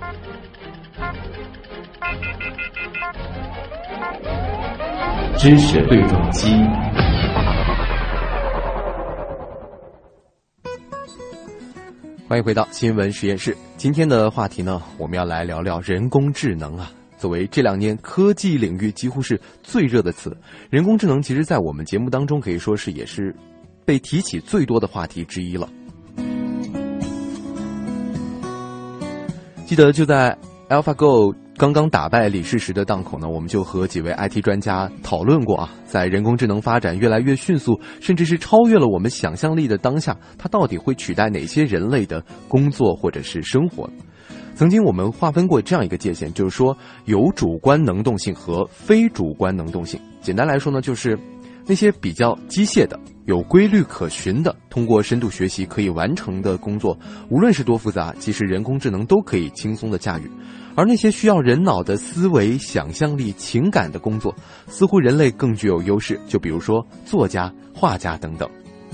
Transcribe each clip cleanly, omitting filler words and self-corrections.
知识对撞机。 欢迎回到新闻实验室。今天的话题呢，我们要来聊聊人工智能啊。作为这2年科技领域几乎是最热的词，人工智能其实在我们节目当中可以说是也是被提起最多的话题之一了。记得就在 AlphaGo 刚刚打败李世石的档口呢，我们就和几位 IT 专家讨论过啊，在人工智能发展越来越迅速，甚至是超越了我们想象力的当下，它到底会取代哪些人类的工作或者是生活？曾经我们划分过这样一个界限，就是说有主观能动性和非主观能动性。简单来说呢，就是那些比较机械的、有规律可循的，通过深度学习可以完成的工作，无论是多复杂，其实人工智能都可以轻松的驾驭。而那些需要人脑的思维、想象力、情感的工作，似乎人类更具有优势，就比如说作家、画家等等。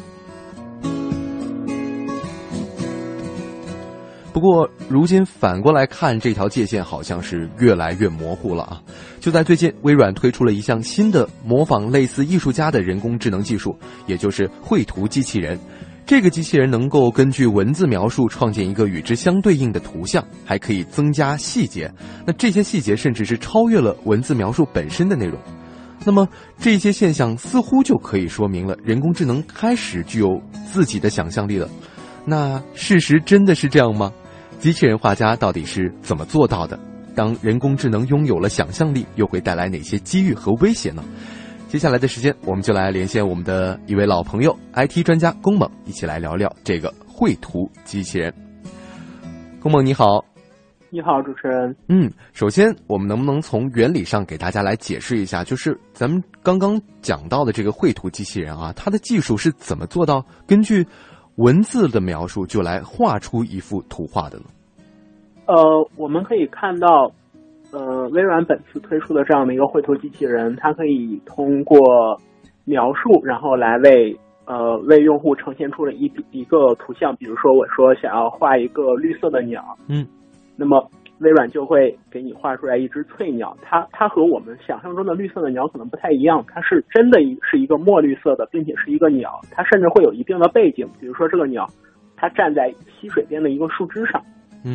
不过如今反过来看，这条界限好像是越来越模糊了啊！就在最近，微软推出了一项新的模仿类似艺术家的人工智能技术，也就是绘图机器人。这个机器人能够根据文字描述创建一个与之相对应的图像，还可以增加细节。那这些细节甚至是超越了文字描述本身的内容。那么这些现象似乎就可以说明了人工智能开始具有自己的想象力了。那事实真的是这样吗？机器人画家到底是怎么做到的？当人工智能拥有了想象力，又会带来哪些机遇和威胁呢？接下来的时间，我们就来连线我们的一位老朋友 IT 专家龚猛，一起来聊聊这个绘图机器人。龚猛你好。 你好，主持人。 首先我们能不能从原理上给大家来解释一下，就是咱们刚刚讲到的这个绘图机器人啊，它的技术是怎么做到根据文字的描述就来画出一幅图画的呢？ 我们可以看到微软本次推出的这样的一个绘图机器人，它可以通过描述，然后来为用户呈现出了一个图像。比如说我说想要画一个绿色的鸟，那么微软就会给你画出来一只翠鸟。它和我们想象中的绿色的鸟可能不太一样，它是真的是一个墨绿色的，并且是一个鸟。它甚至会有一定的背景，比如说这个鸟它站在溪水边的一个树枝上。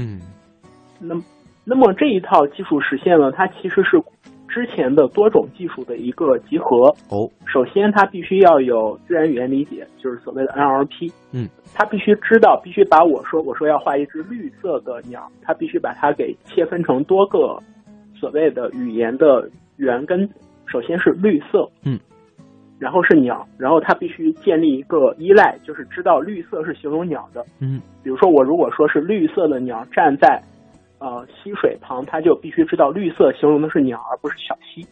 那么这一套技术实现了，它其实是之前的多种技术的一个集合。首先它必须要有自然语言理解，就是所谓的 NLP。它必须把我说要画一只绿色的鸟，它必须把它给切分成多个所谓的语言的元根。首先是绿色，然后是鸟，然后它必须建立一个依赖，就是知道绿色是形容鸟的。比如说我如果说是绿色的鸟站在溪水旁，它就必须知道绿色形容的是鸟而不是小溪。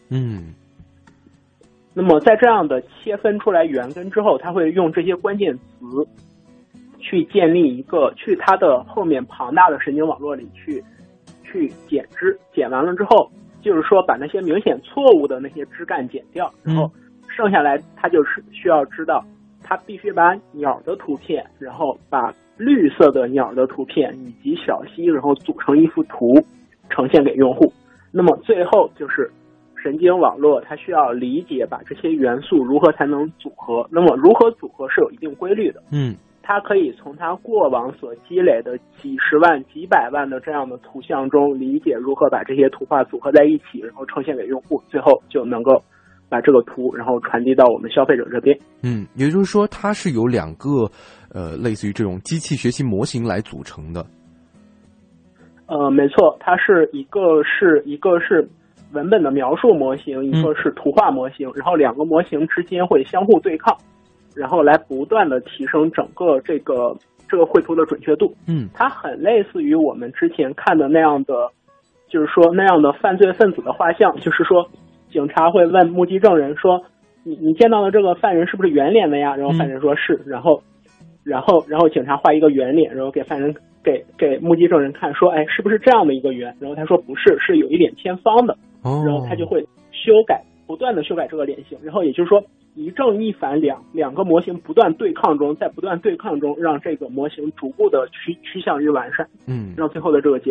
那么在这样的切分出来元根之后，它会用这些关键词去建立一个，去它的后面庞大的神经网络里去剪完了之后，就是说把那些明显错误的那些枝干剪掉，然后剩下来它就是需要知道，它必须把鸟的图片，然后把绿色的鸟的图片以及小溪，然后组成一幅图呈现给用户。那么最后就是神经网络，它需要理解把这些元素如何才能组合。那么如何组合是有一定规律的。它可以从它过往所积累的几十万、几百万的这样的图像中理解如何把这些图画组合在一起，然后呈现给用户，最后就能够把这个图然后传递到我们消费者这边。 也就是说它是由2个类似于这种机器学习模型来组成的。 没错，它是一个是文本的描述模型，一个是图画模型，然后2个模型之间会相互对抗，然后来不断的提升整个这个绘图的准确度。它很类似于我们之前看的那样的，就是说那样的犯罪分子的画像，就是说警察会问目击证人说你见到的这个犯人是不是圆脸的呀？然后犯人说是，然后警察画一个圆脸，然后给犯人给目击证人看，说哎是不是这样的一个圆？然后他说不是，是有一点偏方的。然后他就会不断的修改这个脸型，然后也就是说一正一反两个模型不断对抗中，在不断对抗中让这个模型逐步的趋向于完善，让最后的这个结果。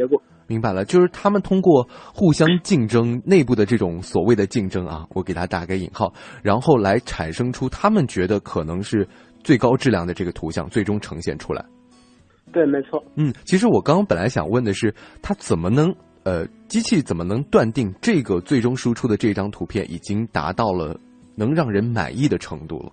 明白了，就是他们通过互相竞争内部的这种所谓的竞争啊，我给它打个引号，然后来产生出他们觉得可能是最高质量的这个图像，最终呈现出来。 对，没错。 其实我刚刚本来想问的是，它怎么能机器怎么能断定这个最终输出的这张图片已经达到了能让人满意的程度了？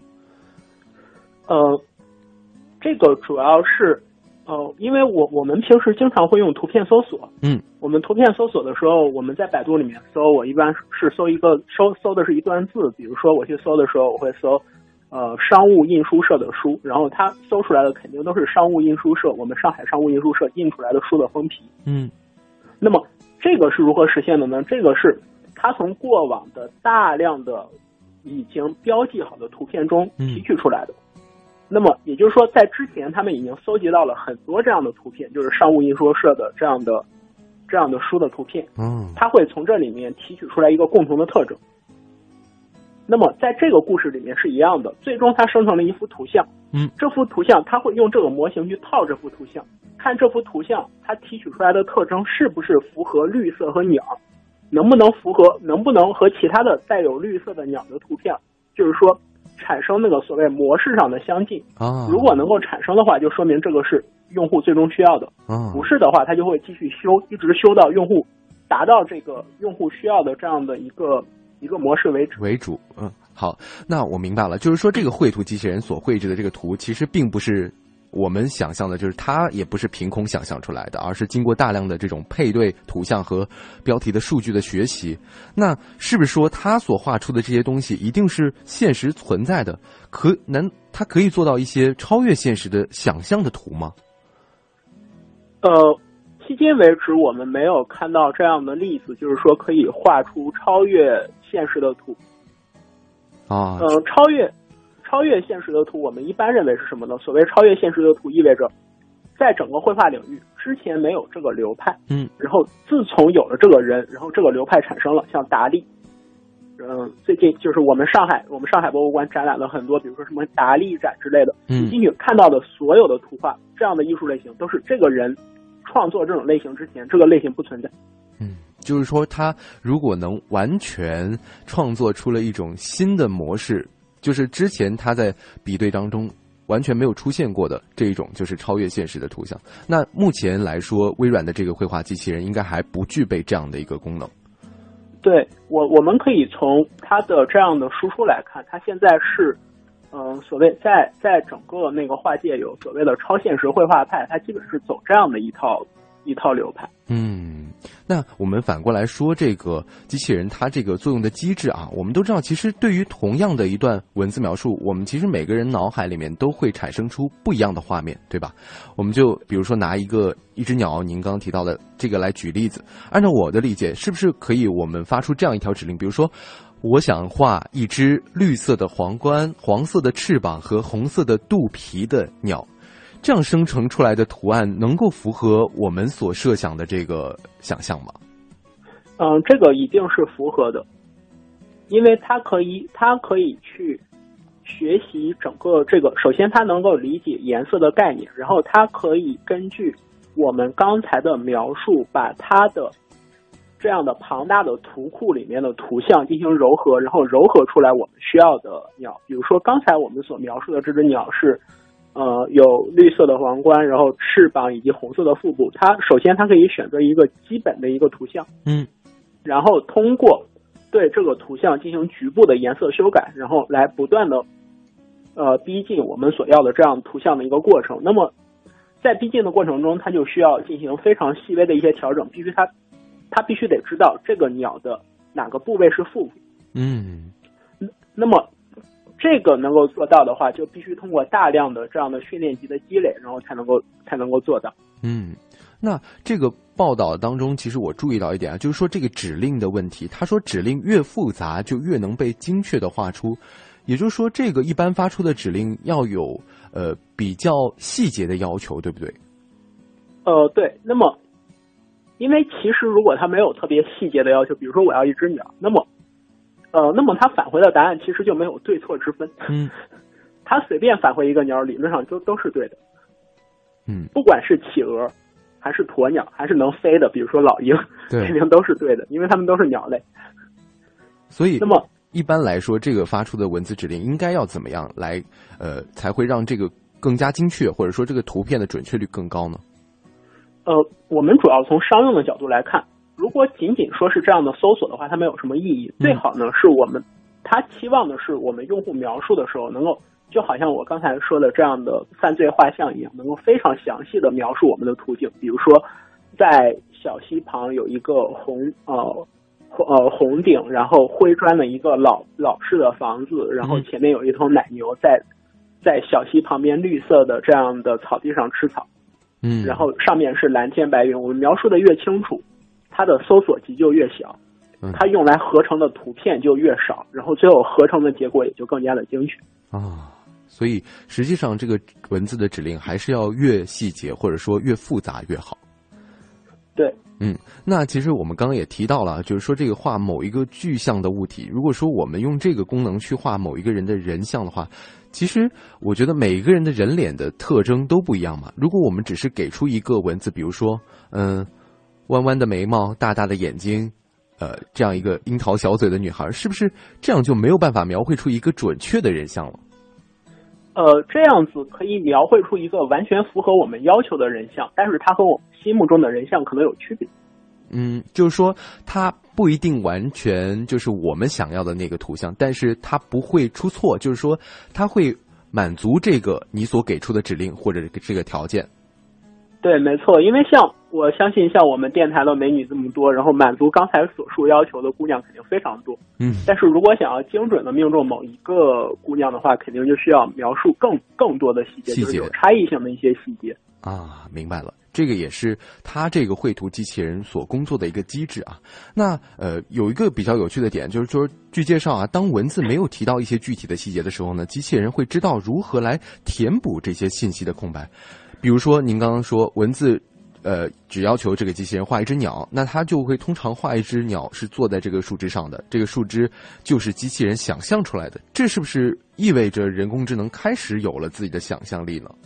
这个主要是因为我们平时经常会用图片搜索。我们图片搜索的时候，我们在百度里面搜，我一般是搜的是一段字，比如说我去搜的时候，我会搜商务印书社的书，然后它搜出来的肯定都是商务印书社，我们上海商务印书社印出来的书的封皮。那么这个是如何实现的呢？这个是它从过往的大量的已经标记好的图片中提取出来的。那么也就是说，在之前他们已经搜集到了很多这样的图片，就是商务印书社的这样的书的图片。它会从这里面提取出来一个共同的特征。那么在这个故事里面是一样的，最终它生成了一幅图像。这幅图像它会用这个模型去套这幅图像，看这幅图像它提取出来的特征是不是符合绿色和鸟，能不能和其他的带有绿色的鸟的图片，就是说产生那个所谓模式上的相近。如果能够产生的话，就说明这个是用户最终需要的。不是的话，它就会继续修，一直修到用户达到这个用户需要的这样的一个模式为主。 好，那我明白了，就是说这个绘图机器人所绘制的这个图，其实并不是我们想象的，就是它也不是凭空想象出来的，而是经过大量的这种配对图像和标题的数据的学习。那是不是说它所画出的这些东西一定是现实存在的？它可以做到一些超越现实的想象的图吗？ 迄今为止我们没有看到这样的例子，就是说可以画出超越现实的图。超越现实的图，我们一般认为是什么呢？所谓超越现实的图，意味着在整个绘画领域之前没有这个流派。然后自从有了这个人，然后这个流派产生了，像达利。最近就是我们上海博物馆展览了很多，比如说什么达利展之类的。你进去看到的所有的图画，这样的艺术类型都是这个人创作这种类型之前，这个类型不存在。 就是说他如果能完全创作出了一种新的模式，就是之前他在比对当中完全没有出现过的这一种，就是超越现实的图像。那目前来说，微软的这个绘画机器人应该还不具备这样的一个功能。 对，我们可以从它的这样的输出来看，它现在是所谓在整个那个画界有所谓的超现实绘画派，它基本是走这样的一套流派。 那我们反过来说，这个机器人它这个作用的机制啊，我们都知道，其实对于同样的一段文字描述，我们其实每个人脑海里面都会产生出不一样的画面，对吧？我们就比如说拿一只鸟，您刚刚提到的这个来举例子，按照我的理解，是不是可以我们发出这样一条指令，比如说我想画一只绿色的皇冠、黄色的翅膀和红色的肚皮的鸟，这样生成出来的图案能够符合我们所设想的这个想象吗？ 这个一定是符合的，因为它可以去学习整个这个，首先它能够理解颜色的概念，然后它可以根据我们刚才的描述，把它的这样的庞大的图库里面的图像进行糅合，然后糅合出来我们需要的鸟。比如说刚才我们所描述的这只鸟是有绿色的皇冠，然后翅膀以及红色的腹部。首先它可以选择一个基本的一个图像，然后通过对这个图像进行局部的颜色修改，然后来不断的逼近我们所要的这样图像的一个过程。那么在逼近的过程中，它就需要进行非常细微的一些调整，它必须得知道这个鸟的哪个部位是腹部。那么这个能够做到的话，就必须通过大量的这样的训练集的积累，然后才能够做到。 那这个报道当中，其实我注意到一点啊，就是说这个指令的问题。他说指令越复杂，就越能被精确的画出。也就是说，这个一般发出的指令要有比较细节的要求，对不对？ 对。那么，因为其实如果它没有特别细节的要求，比如说我要一只鸟，那么它返回的答案其实就没有对错之分。它随便返回一个鸟，理论上都是对的。不管是企鹅， 还是鸵鸟，还是能飞的，比如说老鹰，肯定都是对的，因为它们都是鸟类。 所以， 那么一般来说，这个发出的文字指令应该要怎么样来，才会让这个更加精确，或者说这个图片的准确率更高呢？ 我们主要从商用的角度来看，如果仅仅说是这样的搜索的话，它没有什么意义。最好呢是他期望的是我们用户描述的时候能够，就好像我刚才说的这样的犯罪画像一样，能够非常详细的描述我们的途径。比如说，在小溪旁有一个红顶，然后灰砖的一个老式的房子，然后前面有一头奶牛在小溪旁边绿色的这样的草地上吃草。然后上面是蓝天白云，我们描述的越清楚，它的搜索集就越小，它用来合成的图片就越少，然后最后合成的结果也就更加的精确啊。所以实际上这个文字的指令还是要越细节或者说越复杂越好。 对， 那其实我们刚刚也提到了，就是说这个画某一个具象的物体，如果说我们用这个功能去画某一个人的人像的话，其实我觉得每一个人的人脸的特征都不一样嘛。如果我们只是给出一个文字，比如说弯弯的眉毛，大大的眼睛，这样一个樱桃小嘴的女孩，是不是这样就没有办法描绘出一个准确的人像了？ 这样子可以描绘出一个完全符合我们要求的人像，但是它和我们心目中的人像可能有区别。 就是说它不一定完全就是我们想要的那个图像，但是它不会出错，就是说它会满足这个你所给出的指令或者这个条件。 对，没错，因为我相信像我们电台的美女这么多，然后满足刚才所述要求的姑娘肯定非常多。但是如果想要精准的命中某一个姑娘的话，肯定就需要描述更多的细节，就是有差异性的一些细节啊。明白了，这个也是它这个绘图机器人所工作的一个机制啊。那有一个比较有趣的点，就是说据介绍啊，当文字没有提到一些具体的细节的时候呢，机器人会知道如何来填补这些信息的空白。比如说您刚刚说文字只要求这个机器人画一只鸟，那它就会通常画一只鸟是坐在这个树枝上的，这个树枝就是机器人想象出来的，这是不是意味着人工智能开始有了自己的想象力呢？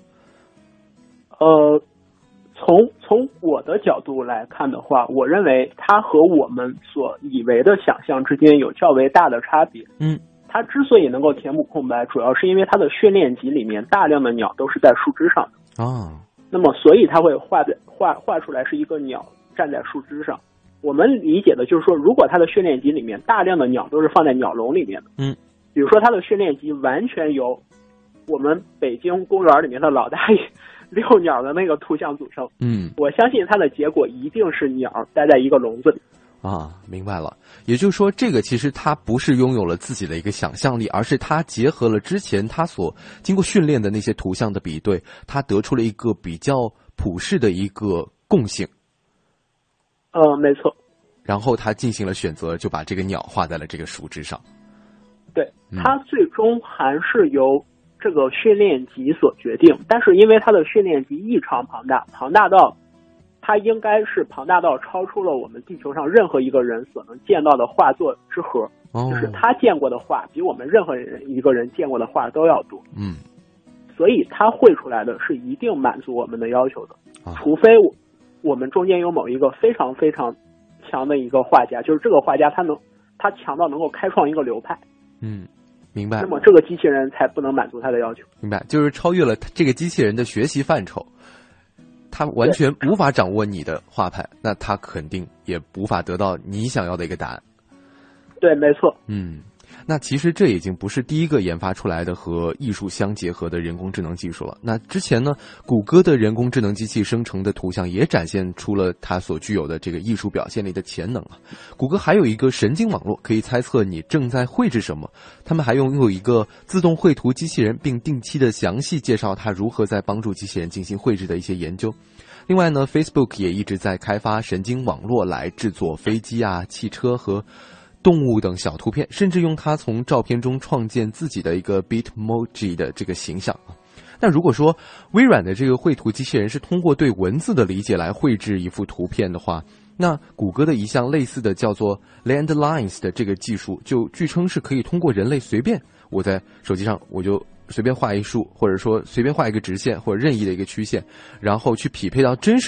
从我的角度来看的话，我认为它和我们所以为的想象之间有较为大的差别。它之所以能够填补空白，主要是因为它的训练集里面大量的鸟都是在树枝上的那么所以它会画出来是一个鸟站在树枝上。我们理解的就是说，如果它的训练集里面大量的鸟都是放在鸟笼里面的，比如说它的训练集完全由我们北京公园里面的老大爷遛鸟的那个图像组成，我相信它的结果一定是鸟待在一个笼子里。 明白了。也就是说，这个其实它不是拥有了自己的一个想象力，而是它结合了之前它所经过训练的那些图像的比对，它得出了一个比较普世的一个共性。 没错。 然后它进行了选择，就把这个鸟画在了这个树枝上。 对，它最终还是由这个训练集所决定，但是因为它的训练集异常庞大到它应该是庞大到超出了我们地球上任何一个人所能见到的画作之和，就是他见过的画比我们任何一个人见过的画都要多。所以他绘出来的是一定满足我们的要求的，除非我们中间有某一个非常非常强的一个画家，就是这个画家他强到能够开创一个流派。 明白。 那么这个机器人才不能满足他的要求。 明白，就是超越了这个机器人的学习范畴。他完全无法掌握你的画派，那他肯定也无法得到你想要的一个答案。 对，没错。 那其实这已经不是第一个研发出来的和艺术相结合的人工智能技术了。那之前呢，谷歌的人工智能机器生成的图像也展现出了它所具有的这个艺术表现力的潜能啊。谷歌还有一个神经网络，可以猜测你正在绘制什么。他们还拥有一个自动绘图机器人，并定期的详细介绍它如何在帮助机器人进行绘制的一些研究。另外呢 ，Facebook 也一直在开发神经网络来制作飞机啊、汽车和动物等小图片，甚至用它从照片中创建自己的一个 Bitmoji 的这个形象。那如果说微软的这个绘图机器人是通过对文字的理解来绘制一幅图片的话，那谷歌的一项类似的叫做 Landlines 的这个技术，就据称是可以通过人类随便，我在手机上我就随便画一竖，或者说随便画一个直线或者任意的一个曲线，然后去匹配到真实的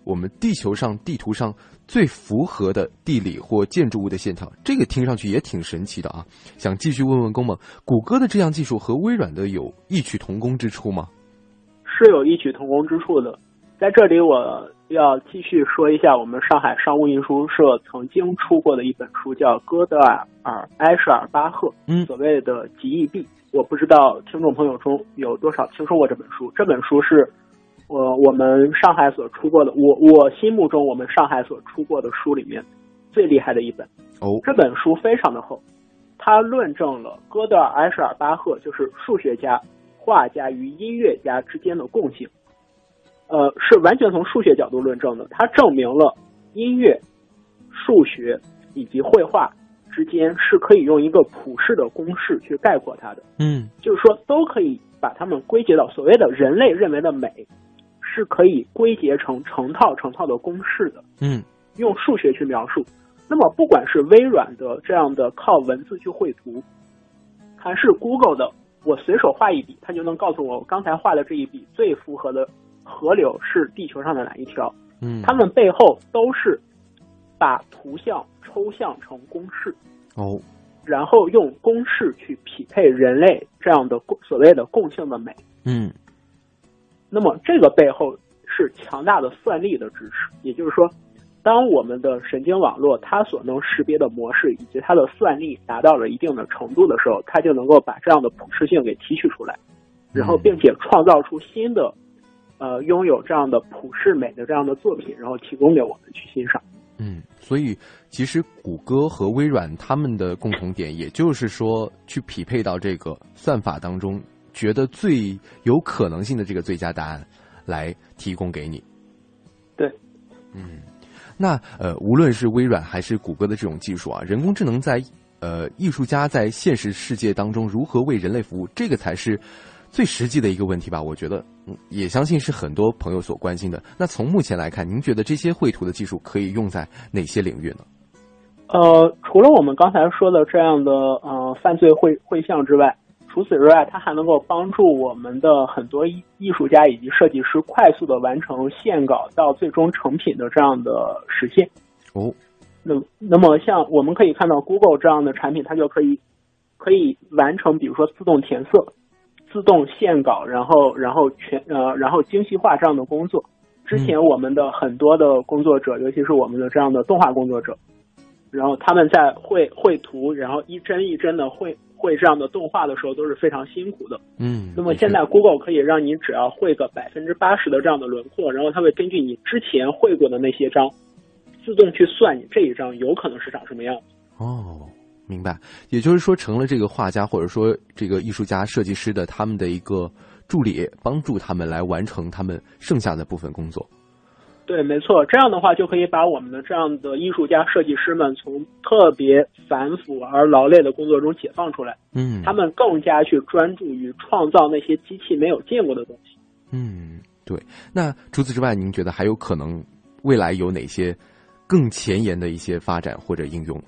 我们地球上地图上最符合的地理或建筑物的线条，这个听上去也挺神奇的啊！想继续问问龚猛，谷歌的这项技术和微软的有异曲同工之处吗？ 是有异曲同工之处的。在这里我要继续说一下我们上海商务印书社曾经出过的一本书，叫哥德尔埃舍尔巴赫，所谓的极易币。我不知道听众朋友中有多少听说过这本书。这本书是我们上海所出过的，我心目中我们上海所出过的书里面最厉害的一本。这本书非常的厚，它论证了哥德尔埃舍尔巴赫就是数学家、画家与音乐家之间的共性。是完全从数学角度论证的。它证明了音乐、数学以及绘画之间是可以用一个普世的公式去概括它的。就是说都可以把它们归结到所谓的人类认为的美，是可以归结成成套的公式的。用数学去描述。那么不管是微软的这样的靠文字去绘图，还是 Google 的我随手画一笔，它就能告诉我刚才画的这一笔最符合的河流是地球上的哪一条。它们背后都是把图像抽象成公式，然后用公式去匹配人类这样的所谓的共性的美。那么这个背后是强大的算力的支持，也就是说当我们的神经网络它所能识别的模式以及它的算力达到了一定的程度的时候，它就能够把这样的普适性给提取出来，然后并且创造出新的拥有这样的普世美的这样的作品，然后提供给我们去欣赏。 所以其实谷歌和微软他们的共同点，也就是说去匹配到这个算法当中觉得最有可能性的这个最佳答案来提供给你。 对。 那无论是微软还是谷歌的这种技术啊，人工智能在艺术家在现实世界当中如何为人类服务，这个才是最实际的一个问题吧。我觉得也相信是很多朋友所关心的。那从目前来看，您觉得这些绘图的技术可以用在哪些领域呢？ 除了我们刚才说的这样的犯罪绘像之外，除此之外，它还能够帮助我们的很多艺术家以及设计师快速的完成线稿到最终成品的这样的实现。那么像我们可以看到 Google 这样的产品，它就可以完成比如说自动填色、自动线稿，然后精细化这样的工作。之前我们的很多的工作者，尤其是我们的这样的动画工作者，然后他们在绘图，然后一帧一帧的绘这样的动画的时候都是非常辛苦的。那么现在 Google 可以让你只要绘个80%的这样的轮廓，然后它会根据你之前绘过的那些张，自动去算你这一张有可能是长什么样子。 明白。也就是说成了这个画家或者说这个艺术家设计师的他们的一个助理，帮助他们来完成他们剩下的部分工作。 对，没错，这样的话就可以把我们的这样的艺术家设计师们从特别繁复而劳累的工作中解放出来。他们更加去专注于创造那些机器没有见过的东西。 对。那除此之外，您觉得还有可能未来有哪些更前沿的一些发展或者应用？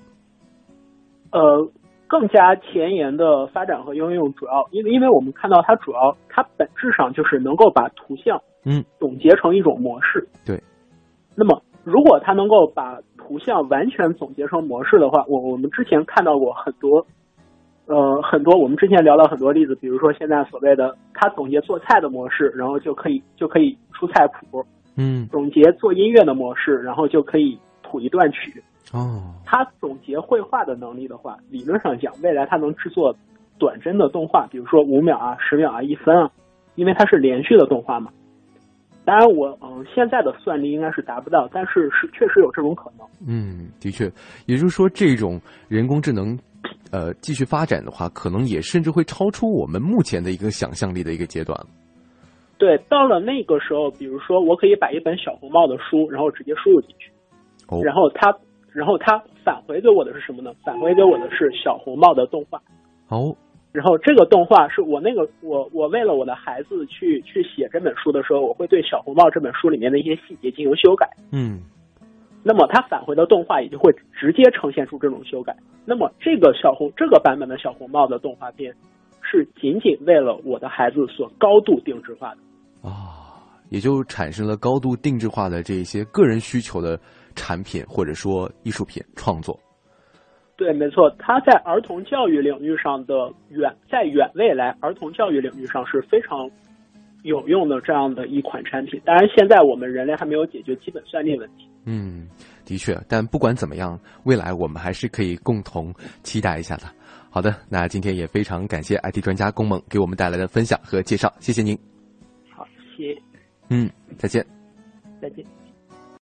更加前沿的发展和应用主要因为我们看到它本质上就是能够把图像总结成一种模式。 对。 那么如果它能够把图像完全总结成模式的话，我们之前看到过很多我们之前聊到很多例子，比如说现在所谓的它总结做菜的模式，然后就可以出菜谱。总结做音乐的模式，然后就可以谱一段曲。它总结绘画的能力的话，理论上讲未来它能制作短帧的动画，比如说5秒啊、10秒啊、1分啊，因为它是连续的动画嘛。当然我现在的算力应该是达不到，但是确实有这种可能。 的确。也就是说这种人工智能继续发展的话，可能也甚至会超出我们目前的一个想象力的一个阶段。 对，到了那个时候，比如说我可以把一本小红帽的书然后直接输入进去。然后它返回给我的是什么呢？返回给我的是小红帽的动画。然后这个动画是我为了我的孩子去写这本书的时候，我会对小红帽这本书里面的一些细节进行修改。那么它返回的动画也就会直接呈现出这种修改。那么这个版本的小红帽的动画片是仅仅为了我的孩子所高度定制化的。 也就产生了高度定制化的这些个人需求的产品或者说艺术品创作。 对，没错，它在儿童教育领域上的在远未来儿童教育领域上是非常有用的这样的一款产品。当然，现在我们人类还没有解决基本算力问题。 的确，但不管怎么样，未来我们还是可以共同期待一下的。好的，那今天也非常感谢 IT 专家龚猛给我们带来的分享和介绍，谢谢您。 好，谢谢。 再见。 再见。